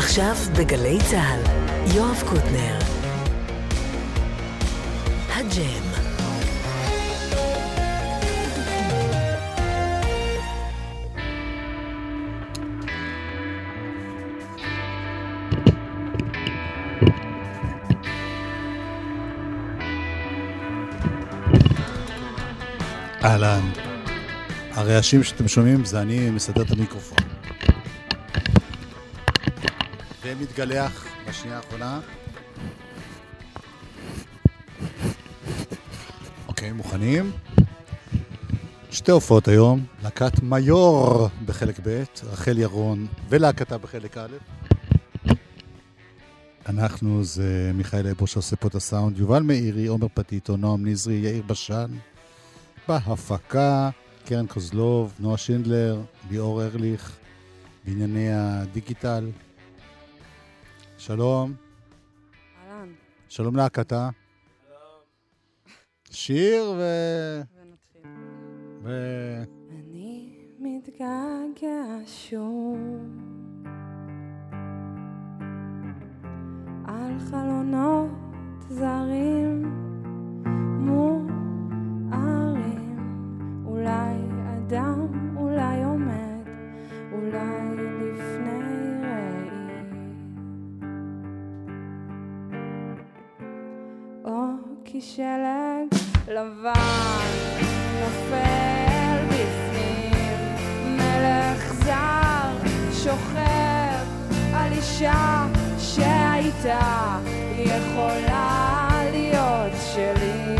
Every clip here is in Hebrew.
עכשיו בגלי צהל, יואב קוטנר. הג'ם. אהלן, הרעשים שאתם שומעים זה אני מסדר את המיקרופון ומתגלח בשנייה האחרונה. אוקיי, מוכנים? שתי הופעות היום, להקת מיור בחלק ב', רחל ירון ולהקתה בחלק א'. אנחנו זה מיכאל אבו שעושה פה את הסאונד, יובל מאירי, עומר פטיטו, נועם נזרי, יאיר בשן. בהפקה, קרן קוזלוב, נועה שינדלר, ליאור ארליך, בענייני הדיגיטל. שלום. אהלן. שלום להקתה. שלום. שיר ונתחיל. אני מתגעגע שוב על חלונות זרים מוארים, אולי אדם, אולי עומד, אולי לפני ראי, או כי שלג לבן נופל בפנים, מלך זר שוכב על אישה שהייתה יכולה להיות שלי.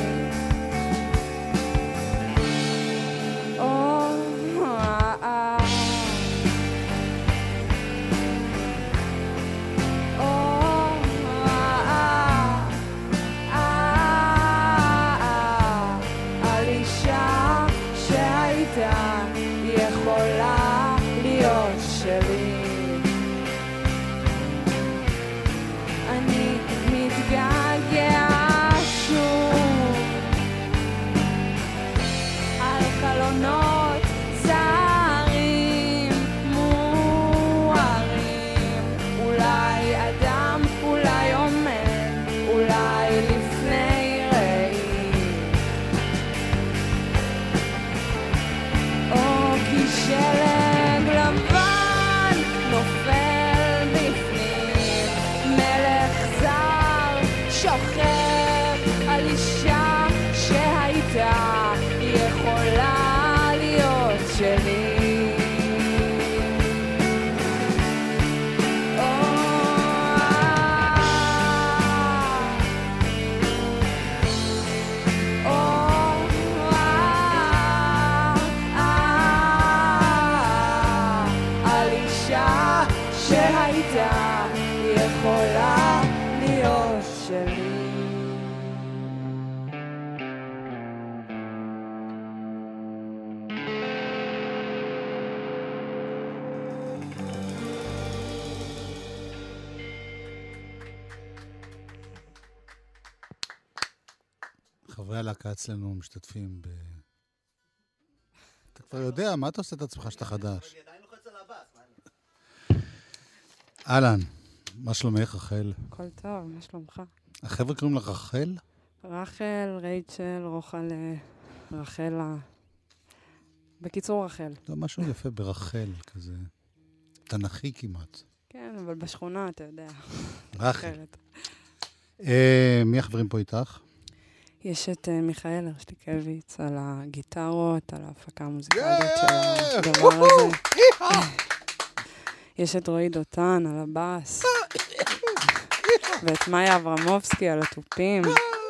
חברי הלהקה אצלנו משתתפים ב... אתה כבר יודע, מה אתה עושה את עצמך שאתה חדש? אהלן, מה שלומך, רחל? הכל טוב, מה שלומך? החבר'ה קוראים לך רחל? רחל, רייצ'ל, רוחלה, רחלה. בקיצור רחל. לא, משהו יפה ברחל, כזה תנכי כמעט. כן, אבל בשכונה, אתה יודע. רחל. מי החברים פה איתך? יש את מיכאל הרשליקביץ על הגיטרות, על ההפקה המוזיקלית של הדבר הזה. יש את רועי דותן על הבאס. ואת מאיה אברמובסקי על הטופים.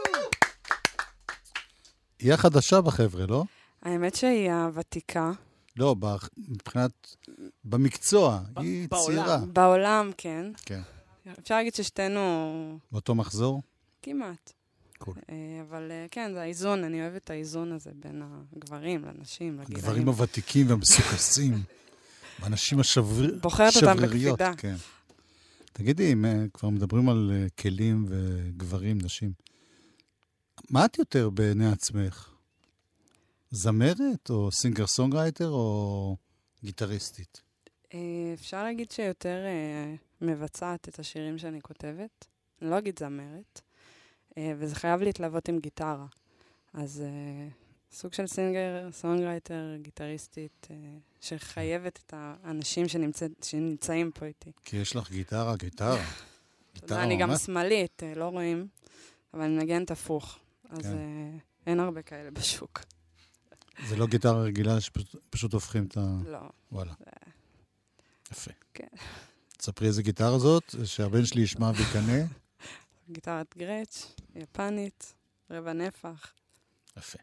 היא החדשה בחבר'ה, לא? האמת שהיא הוותיקה. לא, מבחינת... במקצוע, היא צעירה. בעולם, כן. כן. אפשר להגיד ששתינו... באותו מחזור? כמעט. קול. אבל כן, זה האיזון, אני אוהבת את האיזון הזה בין הגברים לנשים, לגילאים. הגברים הוותיקים והמסוכסים. האנשים השברריות. בוחרת אותם בקפידה. כן. תגידי, אם כבר מדברים על כלים וגברים, נשים, מה את יותר בעיני עצמך? זמרת או סינגר סונגרייטר או גיטריסטית? אפשר להגיד שיותר מבצעת את השירים שאני כותבת. אני לא אגיד זמרת, וזה חייב להתלוות עם גיטרה. אז סוג של סינגר, סונגרייטר, גיטריסטית, שחייבת את האנשים שנמצאים פה איתי. כי יש לך גיטרה. תודה, אני גם שמאלית, לא רואים, אבל אני מנגנת הפוך. אז אין הרבה כאלה בשוק. זה לא גיטרה רגילה שפשוט הופכים את ה... לא. וואלה. יפה. כן. תספרי איזה גיטרה זאת, שהבן שלי ישמע ויקנה. גיטרת גרץ', יפנית, רבע נפח. יפה.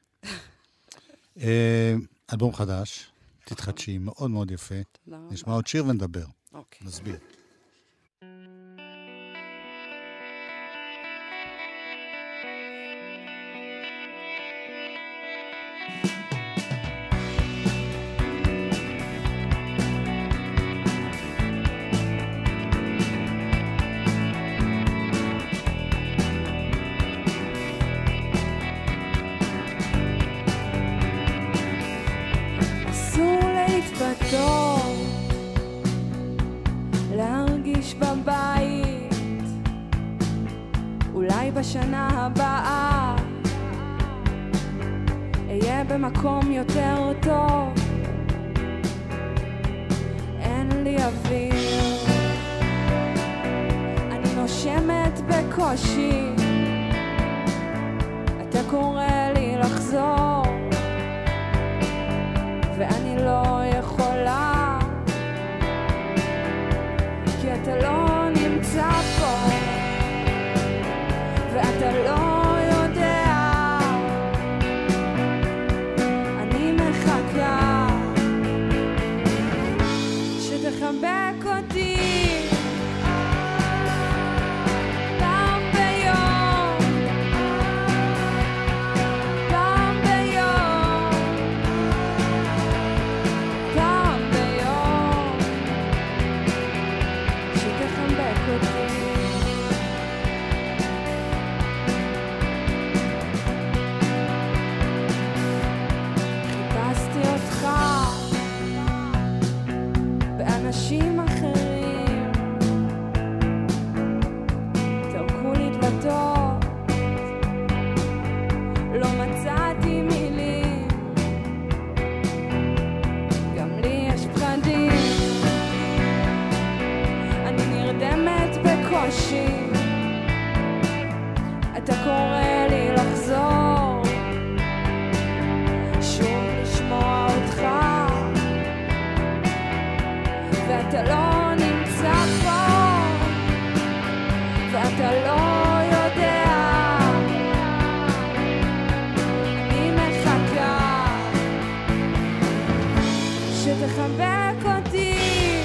אלבום חדש, תתחדשי, מאוד מאוד יפה. תודה רבה. נשמע עוד שיר ונדבר. אוקיי. נסביר. להרגיש בבית, אולי בשנה הבאה אהיה במקום יותר טוב. אין לי אוויר, אני נושמת בקושי, אתה קורא לי לחזור ואני לא יכולה, כי אתה לא נמצא פה ואתה לא יודע, אני מחכה שתחבק אותי פעם ביום, פעם ביום, פעם ביום, שתחבק אותי. חיפשתי אותך באנשים אחרים, תרקו לי דלתות, לא מצאתי מילים, גם לי יש פחדים, אני נרדמת בקושי, אתה קורא לי לחזור שוב לשמוע אותך, ואתה לא נמצא פה ואתה לא יודע, אני מחכה שתחבק אותי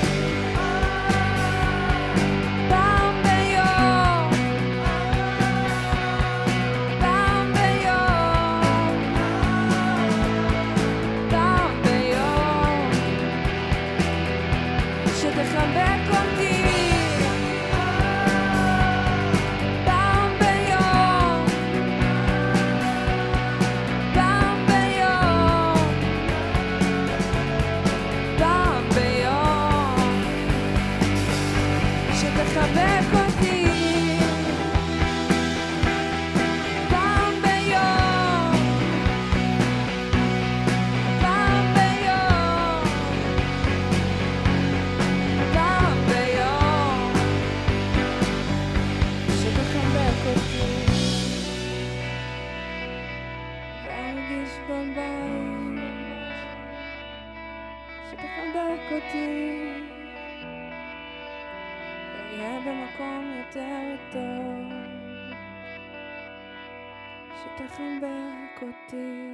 פעם ביום, פעם ביום, פעם ביום, שתחבק אותי פעם ביום, פעם ביום, פעם ביום, שתחבק אותי פעם ביום, פעם ביום, פעם ביום, שתחבק אותי וארגיש בבית, שתחבק אותי ואהיה במקום יותר טוב, שתחבק אותי.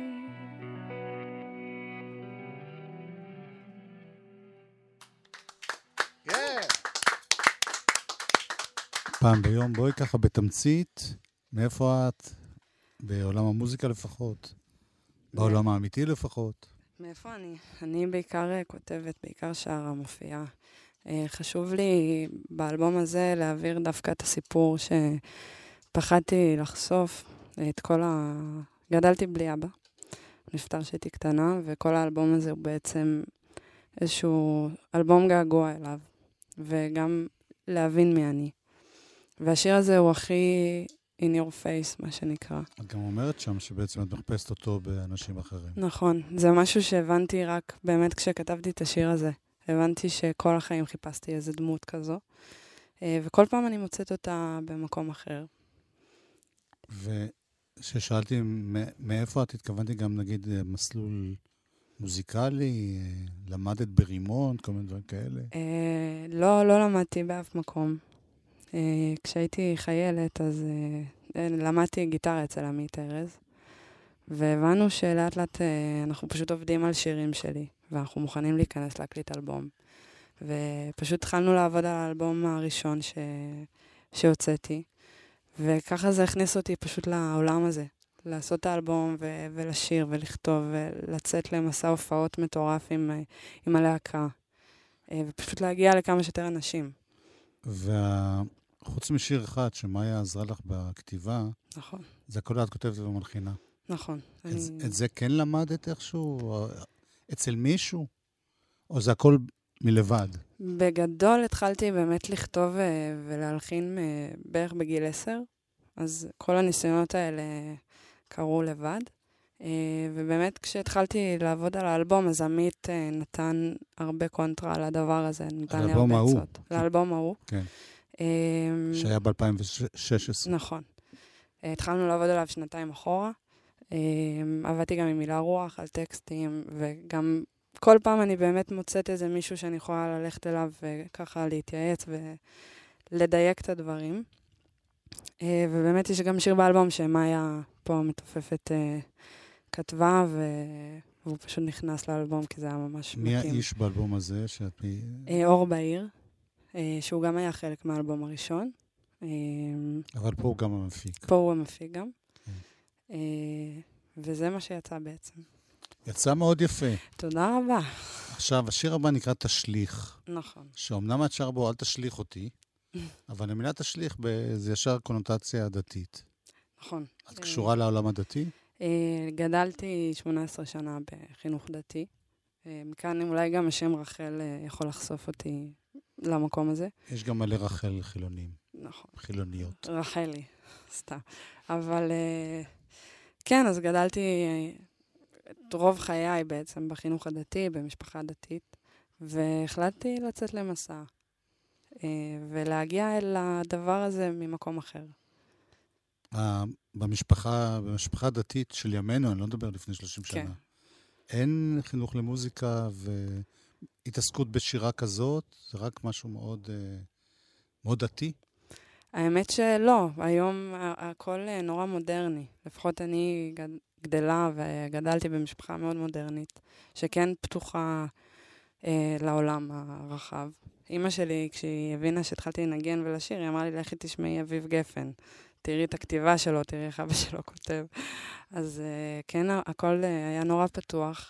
פעם ביום, בואי ככה בתמצית, מאיפה את? בעולם המוזיקה לפחות? בעולם האמיתי לפחות? מאיפה אני? אני בעיקר כותבת, בעיקר שרה, מופיעה. חשוב לי באלבום הזה להעביר דווקא את הסיפור שפחדתי לחשוף את כל גדלתי בלי אבא, נפטר שהייתי קטנה, וכל האלבום הזה הוא בעצם איזשהו אלבום געגוע אליו, וגם להבין מי אני. והשיר הזה הוא הכי in your face, מה שנקרא. את גם אומרת שם שבעצם את מחפשת אותו באנשים אחרים. נכון, זה משהו שהבנתי רק באמת כשכתבתי את השיר הזה. הבנתי שכל החיים חיפשתי איזו דמות כזו, וכל פעם אני מוצאת אותה במקום אחר. וששאלתי מאיפה את התכוונתי גם נגיד מסלול מוזיקלי, למדת ברימון, כל מיני דברים כאלה? לא למדתי באף מקום. כשהייתי חיילת, אז למדתי גיטרה אצל עמית ארז, והבנו שלאט לאט אנחנו פשוט עובדים על שירים שלי, ואנחנו מוכנים להיכנס להקליט אלבום. ופשוט התחלנו לעבוד על האלבום הראשון שהוצאתי, וככה זה הכניס אותי פשוט לעולם הזה, לעשות את האלבום ולשיר ולכתוב ולצאת למסע הופעות מטורף עם הלהקה, ופשוט להגיע לכמה שיותר אנשים. חוץ משיר אחד, שמאיה עזרה לך בכתיבה, נכון. זה הכל את כותבת ומלחינה. נכון. את זה כן למדת איכשהו? אצל מישהו? או זה הכל מלבד? בגדול התחלתי באמת לכתוב ולהלחין בערך בגיל 10, אז כל הניסיונות האלה קרו לבד. ובאמת כשהתחלתי לעבוד על האלבום, אז עמית נתן הרבה קונטרה על הדבר הזה, נתן לי הרבה עצות. לאלבום ההוא. כן. שהיה ב-2016. נכון. התחלנו לעבוד עליו 2 אחורה. עבדתי גם עם מילה רוח על טקסטים, וגם כל פעם אני באמת מוצאת איזה מישהו שאני יכולה ללכת אליו וככה להתייעץ ולדייק את הדברים. ובאמת יש גם שיר באלבום שמאיה פה מתופפת כתבה, והוא פשוט נכנס לאלבום כי זה היה ממש מתאים. מי האיש באלבום הזה? אור בעיר, שהוא גם היה חלק מהאלבום הראשון. אבל פה הוא גם המפיק. פה הוא המפיק גם. וזה מה שיצא בעצם. יצא מאוד יפה. תודה רבה. עכשיו, השיר הבא נקרא תשליך. נכון. שאומנם את שר בו, אל תשליך אותי, אבל המילה תשליך זה ישר קונוטציה דתית. נכון. את קשורה לעולם הדתי? גדלתי 18 שנה בחינוך דתי. מכאן אולי גם השם רחל יכול לחשוף אותי למקום הזה. יש גם מלא רחל חילונים. נכון. חילוניות. רחלי, סתם. אבל כן, אז גדלתי את רוב חיי בעצם בחינוך הדתי, במשפחה דתית, והחלטתי לצאת למסע, ולהגיע אל הדבר הזה ממקום אחר. במשפחה דתית של ימינו, אני לא מדבר לפני 30 שנה, אין חינוך למוזיקה והתעסקות בשירה כזאת, זה רק משהו מאוד, מאוד דתי. האמת שלא, היום הכל נורא מודרני. לפחות אני גדלה וגדלתי במשפחה מאוד מודרנית, שכן פתוחה לעולם הרחב. אמא שלי, כשהיא הבינה שהתחלתי לנגן ולשיר, היא אמרה לי, לכי תשמעי אביב גפן. תראי את הכתיבה שלו, תראי איך אבא שלו כותב. אז כן, הכל היה נורא פתוח.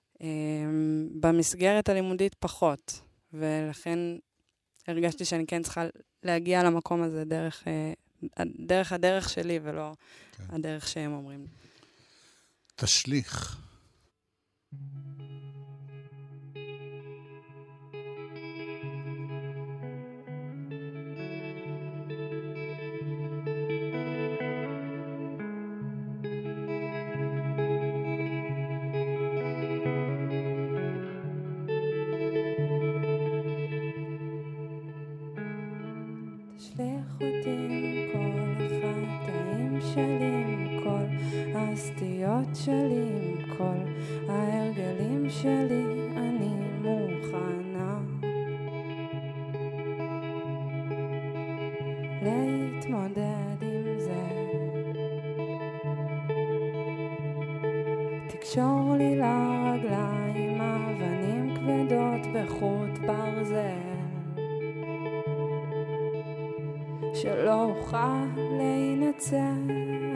במסגרת הלימודית פחות, ולכן הרגשתי שאני כן צריכה להגיע למקום הזה דרך הדרך שלי, ולא הדרך שהם אומרים. תשליך. תשליך אותי עם כל החטאים שלי, עם כל הסטיות שלי, עם כל ההרגלים שלי, אני מוכנה להתמודד עם זה. תקשור לי לרגליים אבנים כבדות בחוט ברזל, שלא אוכל להינצל.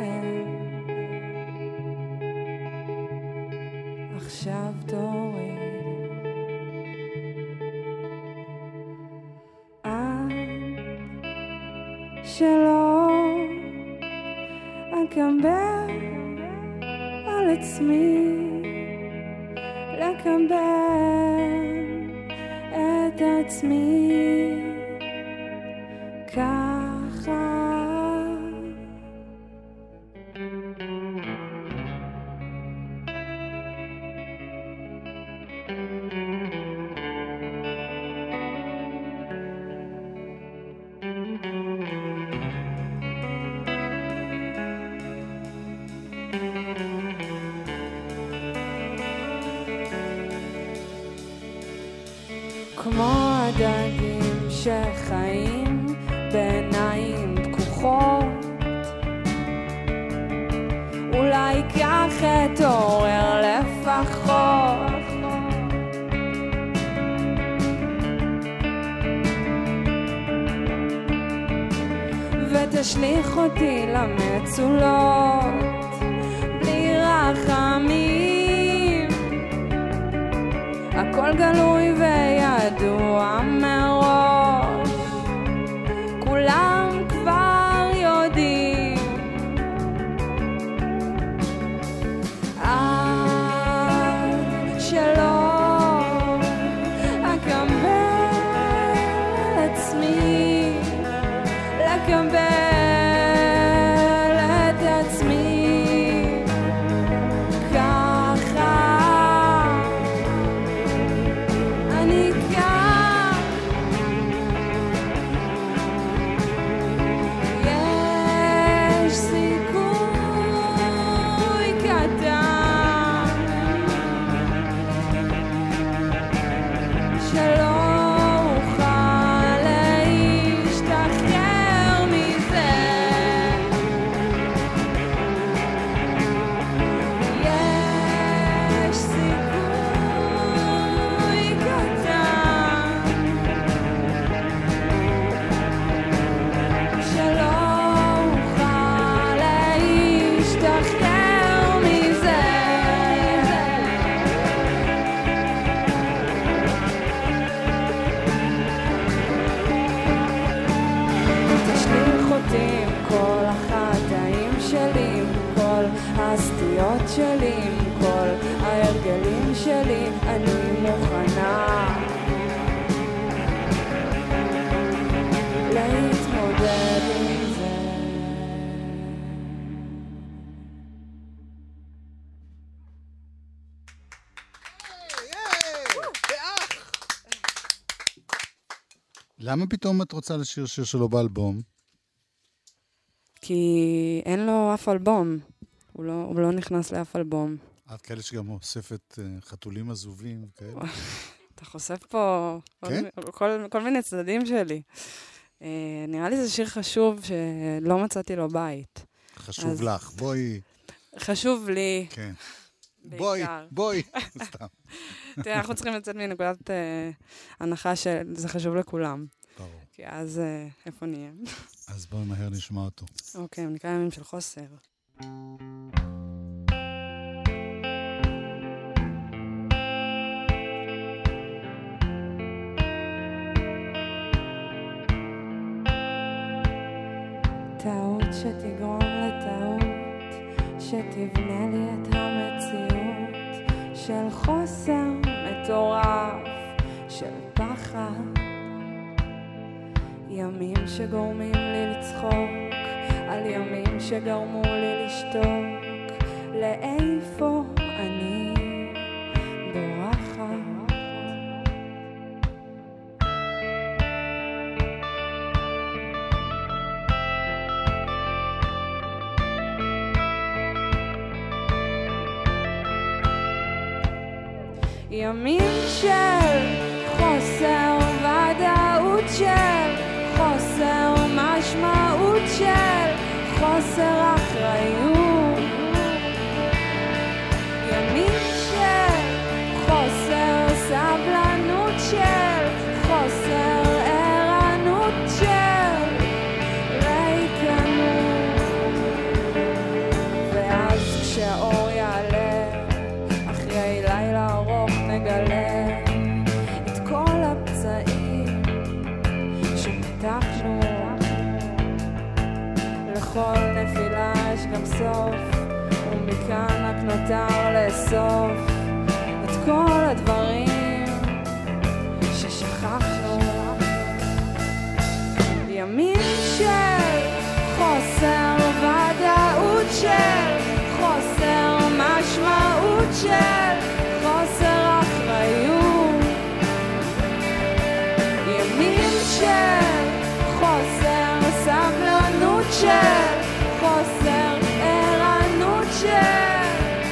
עכשיו תורי עד שלא אקבל על עצמי לקבל את עצמי ככה. כמו הדגים שחיים בעיניים פקוחות, אולי כך אתעורר לפחות, ותשליך אותי למצולות בלי רחמים, הכל גלוי וידוע מראש, כולם כבר יודעים. עד שלא אקבל עצמי, לקבל את עצמי ככה. אני כאן, יש סיכוי קטן שלא אוכל להשתחרר מזה. יש סיכוי קטן שלא אוכל להשתחרר מזה. תשליך אותי עם כל החטאים שלי, עם כל הסטיות שלי, עם כל ההרגלים שלי, אני מוכנה להתמודד עם זה. למה פתאום את רוצה לשיר שיר שלו באלבום? כי אין לו אף אלבום, הוא לא נכנס לאף אלבום. את כאלה שגם אוספת חתולים עזובים כאלה. אתה חושף פה כן? כל מיני צדדים שלי. נראה לי זה שיר חשוב שלא מצאתי לו בית. חשוב אז- לך, בואי. חשוב לי, כן. בעיקר. בואי. סתם. תראה, אנחנו צריכים לצאת מנקודת הנחה שזה חשוב לכולם. ברור. כי אז איפה נהיה? אז בואי מהר נשמע אותו. אוקיי, הוא נקרא ימים של חוסר. טעות שתגרום לטעות, שתבנה לי את המציאות של חוסר מטורף, של פחד. ימים שגורמים לי לצחוק, על ימים שגרמו לי לשתוק. לאיפה אני בורחת? ימים של חוסר ודאות, של חוסר משמעות, של חוסר אחריות. ימים של חוסר סבלנות, של חוסר ערנות, של ריקנות. ואז כשהאור יעלה אחרי לילה ארוך נגלה את כל הפצעים שפתחנו. לכל נפילה יש גם סוף, ומכאן רק נותר לאסוף את כל הדברים ששכחנו. ימים של חוסר ודאות, של חוסר משמעות, של חוסר אחריות. ימים של חוסר סבלנות, של חוסר ערנות, של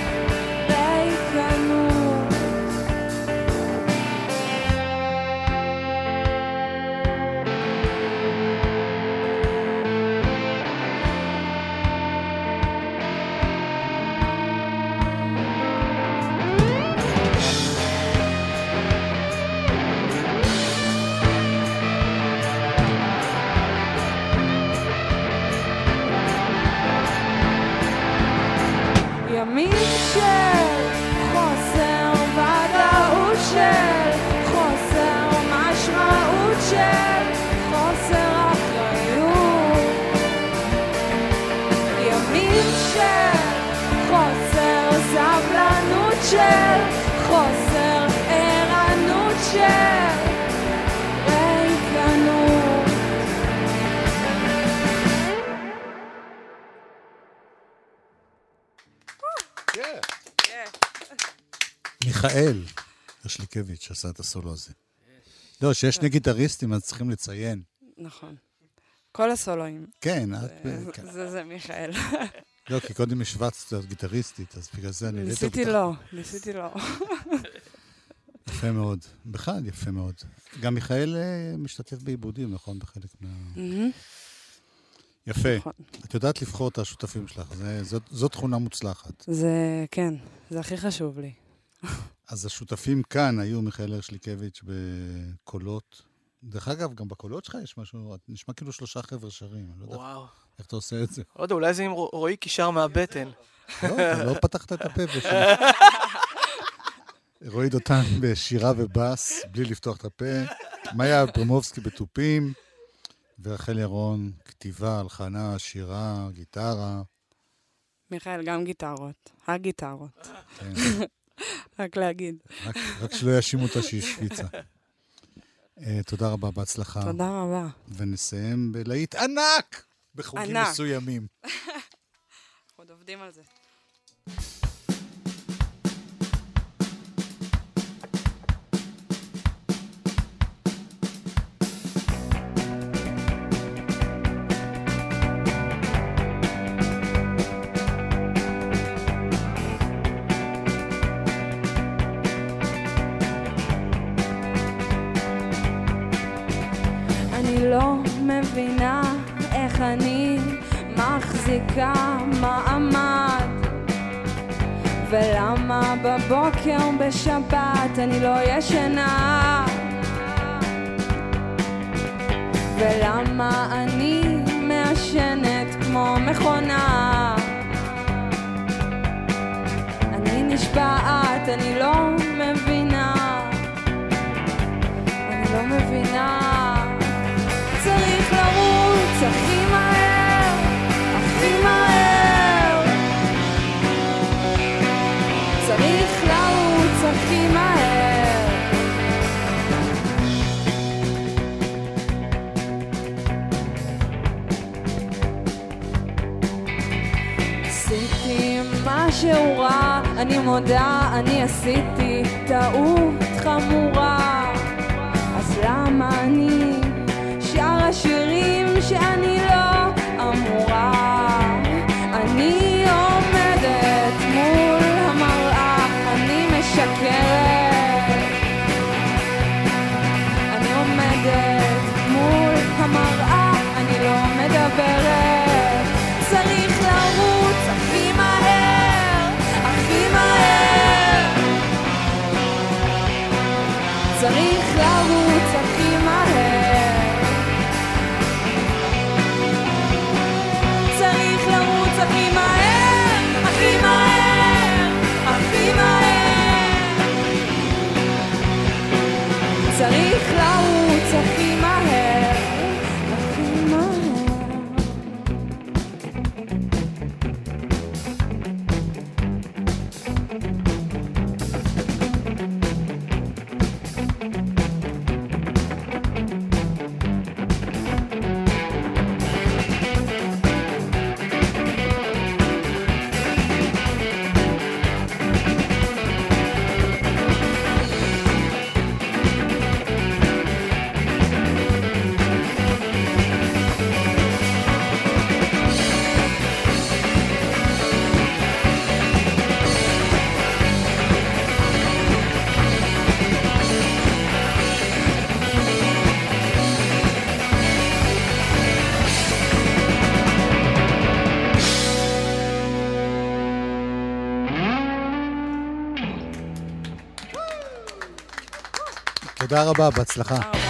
ריקנות. ימים של חוסר ודאות, של חוסר משמעות, של חוסר אחריות. ימים של חוסר סבלנות, של חוסר ערנות, של ריקנות. מיכאל הרשליקביץ' עשה את הסולו הזה. לא, שיש שני גיטריסטים, אז צריכים לציין. נכון. כל הסולואים. כן, זה מיכאל. לא, כי קודם השווצת את גיטריסטית, אז בגלל זה אני... ניסיתי לא. יפה מאוד. בכלל, יפה מאוד. גם מיכאל משתתף בעיבודים, נכון? בחלק מה... יפה. את יודעת לבחור את השותפים שלך, זו תכונה מוצלחת. זה, כן, זה הכי חשוב לי. אז השותפים כאן היו מיכאל הרשליקביץ' בקולות. דרך אגב, גם בקולות שלך יש משהו, נשמע כאילו 3 חבר'ה שרים. וואו. איך אתה עושה את זה? לא יודע, אולי זה עם רועי קישר מהבטן. לא, אתה לא פתחת את הפה בשביל... רועי דותן בשירה ובאס, בלי לפתוח את הפה. מאיה פרמובסקי בתופים, ורחל ירון, כתיבה, הלחנה, שירה, גיטרה. מיכאל, גם גיטרות. הגיטרות. כן. רק להגיד. רק שלא יאשימו אותה שהיא שוויצה. תודה רבה, בהצלחה. תודה רבה. ונסיים בלהיט ענק בחוגים מסוימים. אנחנו עוד עובדים על זה. אני לא מבינה איך אני מחזיקה מעמד, ולמה בבוקר בשבת אני לא ישנה, ולמה אני מעשנת כמו מכונה. אני נשבעת, אני לא מבינה, אני לא מבינה. צריך לרוץ הכי מהר, הכי מהר. צריך לרוץ הכי מהר. עשיתי משהו רע, אני מודה, אני עשיתי טעות חמורה. אז למה אני שר השירים שאני לא אמורה? אני עומדת מול המראה, אני משקרת. אני עומדת מול המראה, אני לא מדברת. צריך לרוץ הכי מהר, הכי מהר. צריך לרוץ הכי מהר. תודה רבה, בהצלחה. תודה רבה.